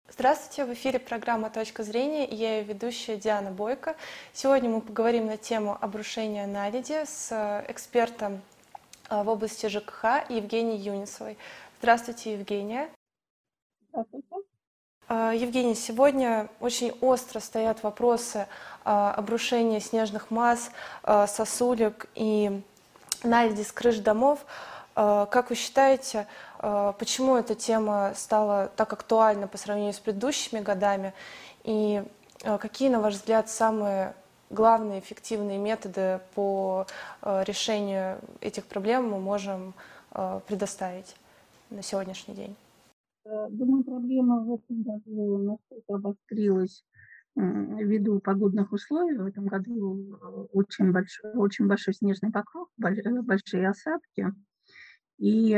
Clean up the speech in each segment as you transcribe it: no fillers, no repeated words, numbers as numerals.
Здравствуйте, в эфире программа «Точка зрения» и я ее ведущая Диана Бойко. Сегодня мы поговорим на тему обрушения наледи с экспертом в области ЖКХ Евгенией Юнисовой. Здравствуйте, Евгения. Здравствуйте. Евгения, сегодня очень остро стоят вопросы обрушения снежных масс, сосулек и наледи с крыш домов. Как вы считаете, почему эта тема стала так актуальна по сравнению с предыдущими годами? И какие, на ваш взгляд, самые главные эффективные методы по решению этих проблем мы можем предоставить на сегодняшний день? Думаю, проблема в этом году настолько обострилась ввиду погодных условий. В этом году очень большой снежный покров, большие осадки. И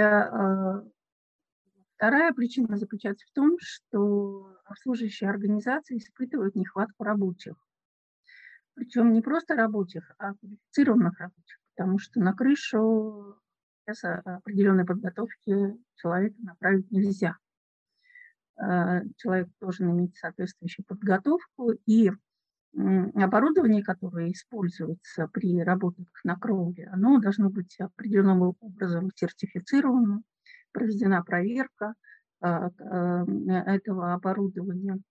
вторая причина заключается в том, что обслуживающие организации испытывают нехватку рабочих. Причем не просто рабочих, а квалифицированных рабочих, потому что на крышу без определенной подготовки человека направить нельзя. Человек должен иметь соответствующую подготовку, и оборудование, которое используется при работах на кровле, оно должно быть определенным образом сертифицировано, проведена проверка этого оборудования.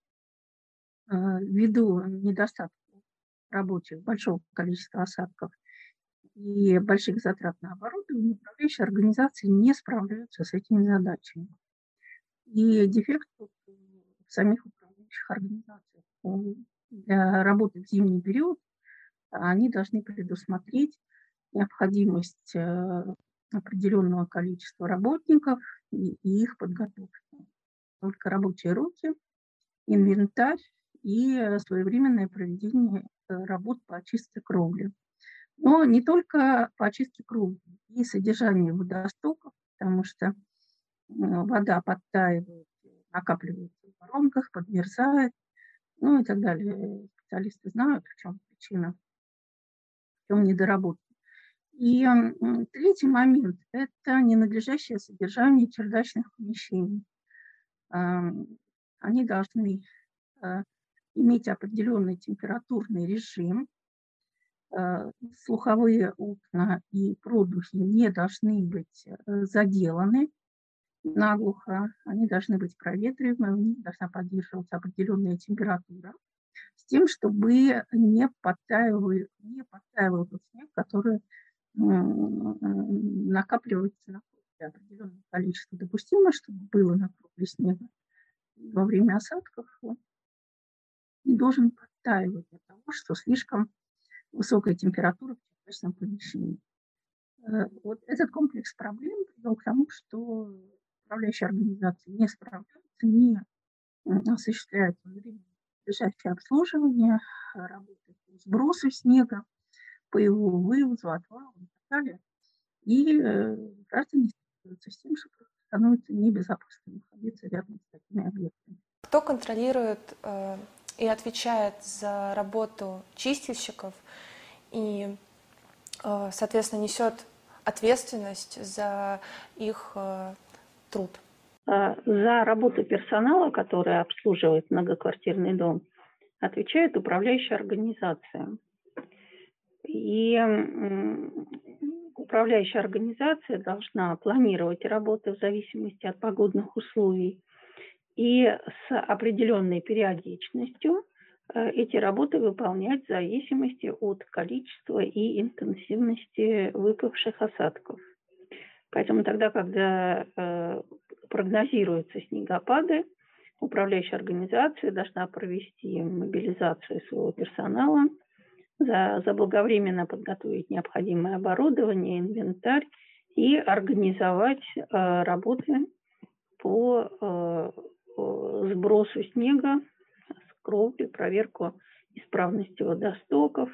Ввиду недостатка рабочих, большого количества осадков и больших затрат на оборудование, управляющие организации не справляются с этими задачами. И дефект в самих управляющих организациях. Для работы в зимний период они должны предусмотреть необходимость определенного количества работников и их подготовку. Только рабочие руки, инвентарь и своевременное проведение работ по очистке кровли. Но не только по очистке кровли, и содержание водостоков, потому что вода подтаивает, накапливается в воронках, подмерзает, ну и так далее. Специалисты знают, в чем причина, в чем недоработка. И третий момент – это ненадлежащее содержание чердачных помещений. Они должны иметь определенный температурный режим, слуховые окна и продухи не должны быть заделаны наглухо, они должны быть проветриваемы, у них должна поддерживаться определенная температура, с тем, чтобы не подтаивал тот снег, который накапливается на кровле. Определенное количество допустимо, чтобы было на кровле снега. Во время осадков он не должен подтаивать от того, что слишком высокая температура в чердачном помещении. Вот этот комплекс проблем привел к тому, что управляющие организации не справляются, не осуществляют надлежащее обслуживание, работы по сбросу снега, по его вывозу, отвалу и так далее. И граждане сталкиваются с тем, что становится небезопасно находиться рядом с такими объектами. Кто контролирует и отвечает за работу чистильщиков и, соответственно, несет ответственность за их труд? За работу персонала, который обслуживает многоквартирный дом, отвечает управляющая организация. И управляющая организация должна планировать работы в зависимости от погодных условий и с определенной периодичностью эти работы выполнять в зависимости от количества и интенсивности выпавших осадков. Поэтому тогда, когда прогнозируются снегопады, управляющая организация должна провести мобилизацию своего персонала, заблаговременно подготовить необходимое оборудование, инвентарь и организовать работы по сбросу снега с кровли, проверку исправности водостоков,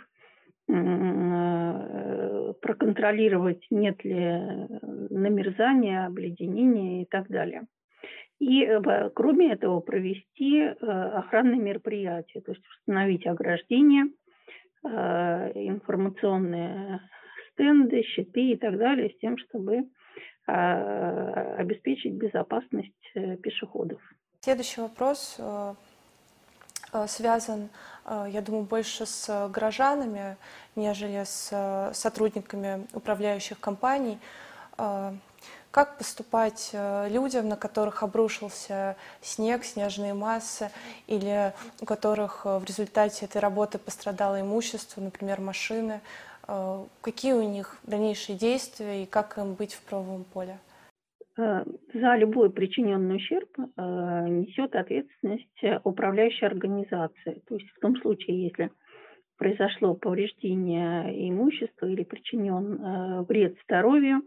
проконтролировать, нет ли намерзания, обледенения и так далее. И кроме этого провести охранные мероприятия, то есть установить ограждения, информационные стенды, щиты и так далее, с тем, чтобы обеспечить безопасность пешеходов. Следующий вопрос связан, я думаю, больше с горожанами, нежели с сотрудниками управляющих компаний. Как поступать людям, на которых обрушился снег, снежные массы, или у которых в результате этой работы пострадало имущество, например, машины? Какие у них дальнейшие действия и как им быть в правовом поле? За любой причиненный ущерб несет ответственность управляющая организация. То есть в том случае, если произошло повреждение имущества или причинен вред здоровью,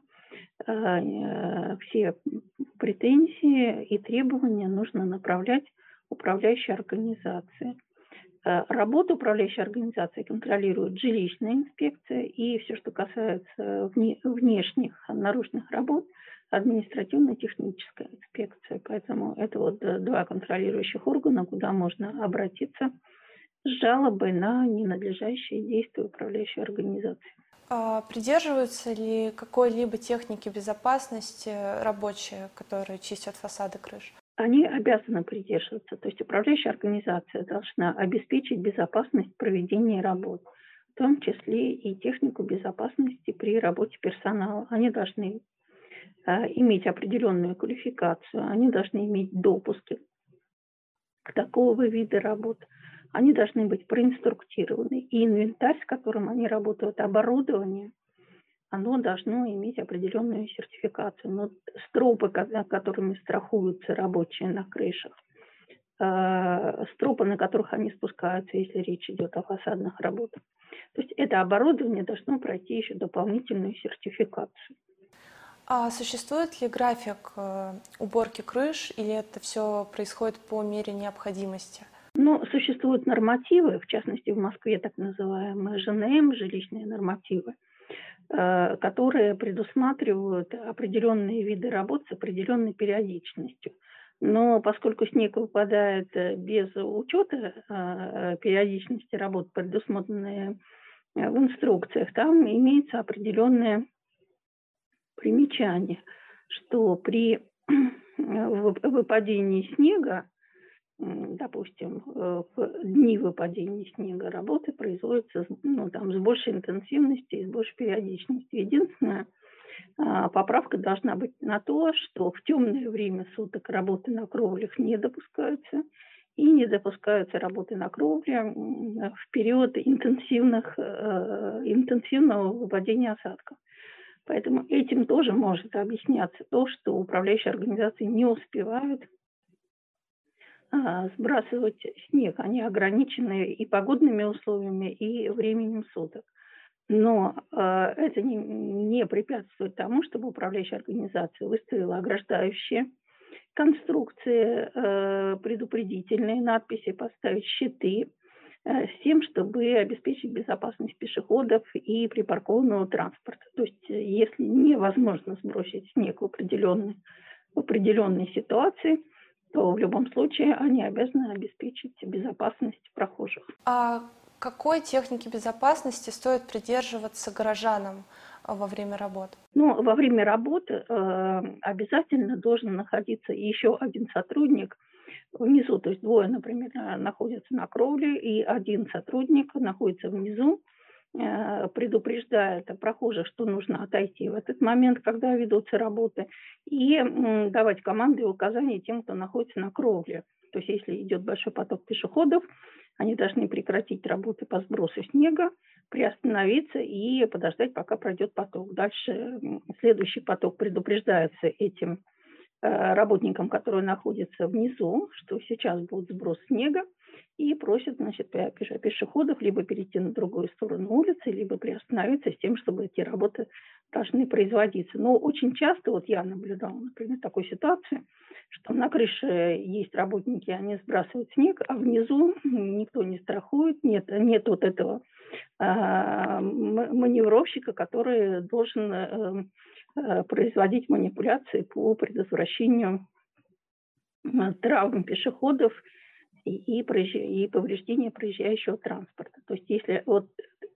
все претензии и требования нужно направлять управляющей организации. Работу управляющей организации контролирует жилищная инспекция, и все, что касается внешних наружных работ, административно-техническая инспекция. Поэтому это вот два контролирующих органа, куда можно обратиться с жалобой на ненадлежащие действия управляющей организации. Придерживаются ли какой-либо техники безопасности рабочие, которые чистят фасады крыш? Они обязаны придерживаться. То есть управляющая организация должна обеспечить безопасность проведения работ, в том числе и технику безопасности при работе персонала. Они должны иметь определенную квалификацию, они должны иметь допуски к такого вида работ, они должны быть проинструктированы. И инвентарь, с которым они работают, оборудование, оно должно иметь определенную сертификацию. Но стропы, которыми страхуются рабочие на крышах, стропы, на которых они спускаются, если речь идет о фасадных работах. То есть это оборудование должно пройти еще дополнительную сертификацию. А существует ли график уборки крыш, или это все происходит по мере необходимости? Ну, существуют нормативы, в частности, в Москве так называемые ЖНМ, жилищные нормативы, которые предусматривают определенные виды работ с определенной периодичностью. Но поскольку снег выпадает без учета периодичности работ, предусмотренные в инструкциях, там имеется определенное примечание, что при выпадении снега, допустим, в дни выпадения снега работы производятся с большей интенсивностью и с большей периодичностью. Единственное, поправка должна быть на то, что в темное время суток работы на кровлях не допускаются, и не допускаются работы на кровле в период интенсивного выпадения осадков. Поэтому этим тоже может объясняться то, что управляющие организации не успевают сбрасывать снег. Они ограничены и погодными условиями, и временем суток. Но это не препятствует тому, чтобы управляющая организация выставила ограждающие конструкции, предупредительные надписи, поставить щиты, с тем, чтобы обеспечить безопасность пешеходов и припаркованного транспорта. То есть, если невозможно сбросить снег в определенной ситуации, то в любом случае они обязаны обеспечить безопасность прохожих. А какой техники безопасности стоит придерживаться горожанам во время работ? Ну, во время работы обязательно должен находиться еще один сотрудник внизу, то есть двое, например, находятся на кровле, и один сотрудник находится внизу, предупреждает прохожих, что нужно отойти в этот момент, когда ведутся работы, и давать команды и указания тем, кто находится на кровле. То есть если идет большой поток пешеходов, они должны прекратить работы по сбросу снега, приостановиться и подождать, пока пройдет поток. Дальше следующий поток предупреждается этим работникам, которые находятся внизу, что сейчас будет сброс снега, и просят, значит, пешеходов либо перейти на другую сторону улицы, либо приостановиться с тем, чтобы эти работы должны производиться. Но очень часто, вот я наблюдала, например, такую ситуацию, что на крыше есть работники, они сбрасывают снег, а внизу никто не страхует, нет вот этого маневровщика, который должен производить манипуляции по предотвращению травм пешеходов и повреждения проезжающего транспорта. То есть если вот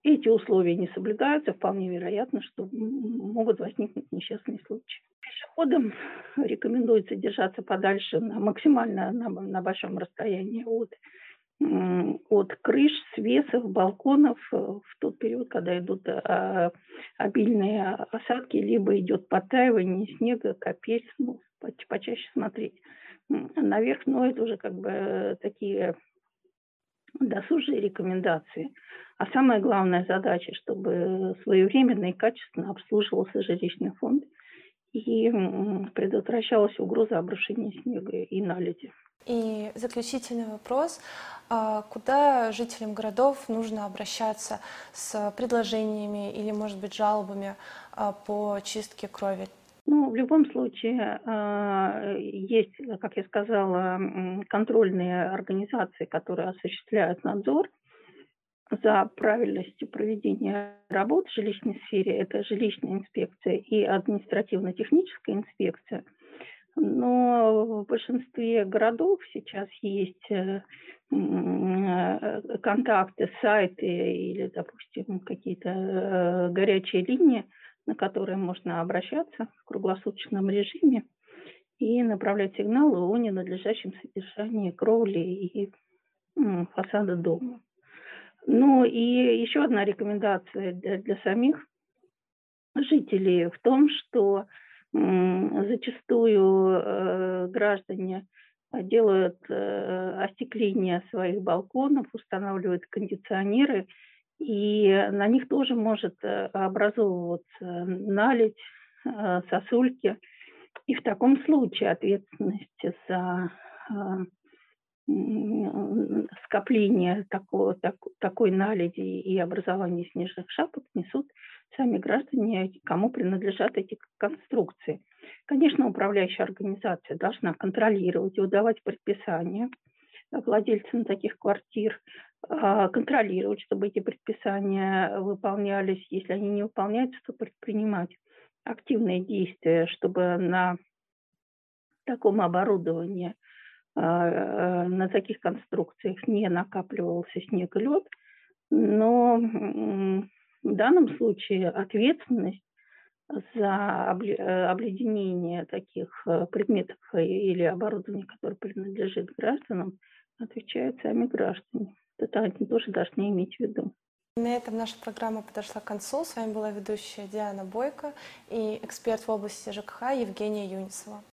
эти условия не соблюдаются, вполне вероятно, что могут возникнуть несчастные случаи. Пешеходам рекомендуется держаться подальше максимально на большом расстоянии от крыш, свесов, балконов в тот период, когда идут обильные осадки, либо идет подтаивание снега, капель, почаще смотреть наверх, но это уже как бы такие досужие рекомендации. А самая главная задача, чтобы своевременно и качественно обслуживался жилищный фонд и предотвращалась угроза обрушения снега и наледи. И заключительный вопрос. Куда жителям городов нужно обращаться с предложениями или, может быть, жалобами по чистке кровель? Ну, в любом случае, есть, как я сказала, контрольные организации, которые осуществляют надзор за правильностью проведения работ в жилищной сфере. Это жилищная инспекция и административно-техническая инспекция. Но в большинстве городов сейчас есть контакты, сайты или, допустим, какие-то горячие линии, на которые можно обращаться в круглосуточном режиме и направлять сигналы о ненадлежащем содержании кровли и фасада дома. Ну и еще одна рекомендация для самих жителей в том, что зачастую граждане делают остекление своих балконов, устанавливают кондиционеры, и на них тоже может образовываться наледь, сосульки. И в таком случае ответственность за скопление такой наледи и образование снежных шапок несут сами граждане, кому принадлежат эти конструкции. Конечно, управляющая организация должна контролировать и выдавать предписания владельцам таких квартир, контролировать, чтобы эти предписания выполнялись. Если они не выполняются, то предпринимать активные действия, чтобы на таком оборудовании, на таких конструкциях не накапливался снег и лед. Но в данном случае ответственность за обледенение таких предметов или оборудования, которое принадлежит гражданам, отвечают сами граждане. Это они тоже должны иметь в виду. На этом наша программа подошла к концу. С вами была ведущая Диана Бойко и эксперт в области ЖКХ Евгения Юнисова.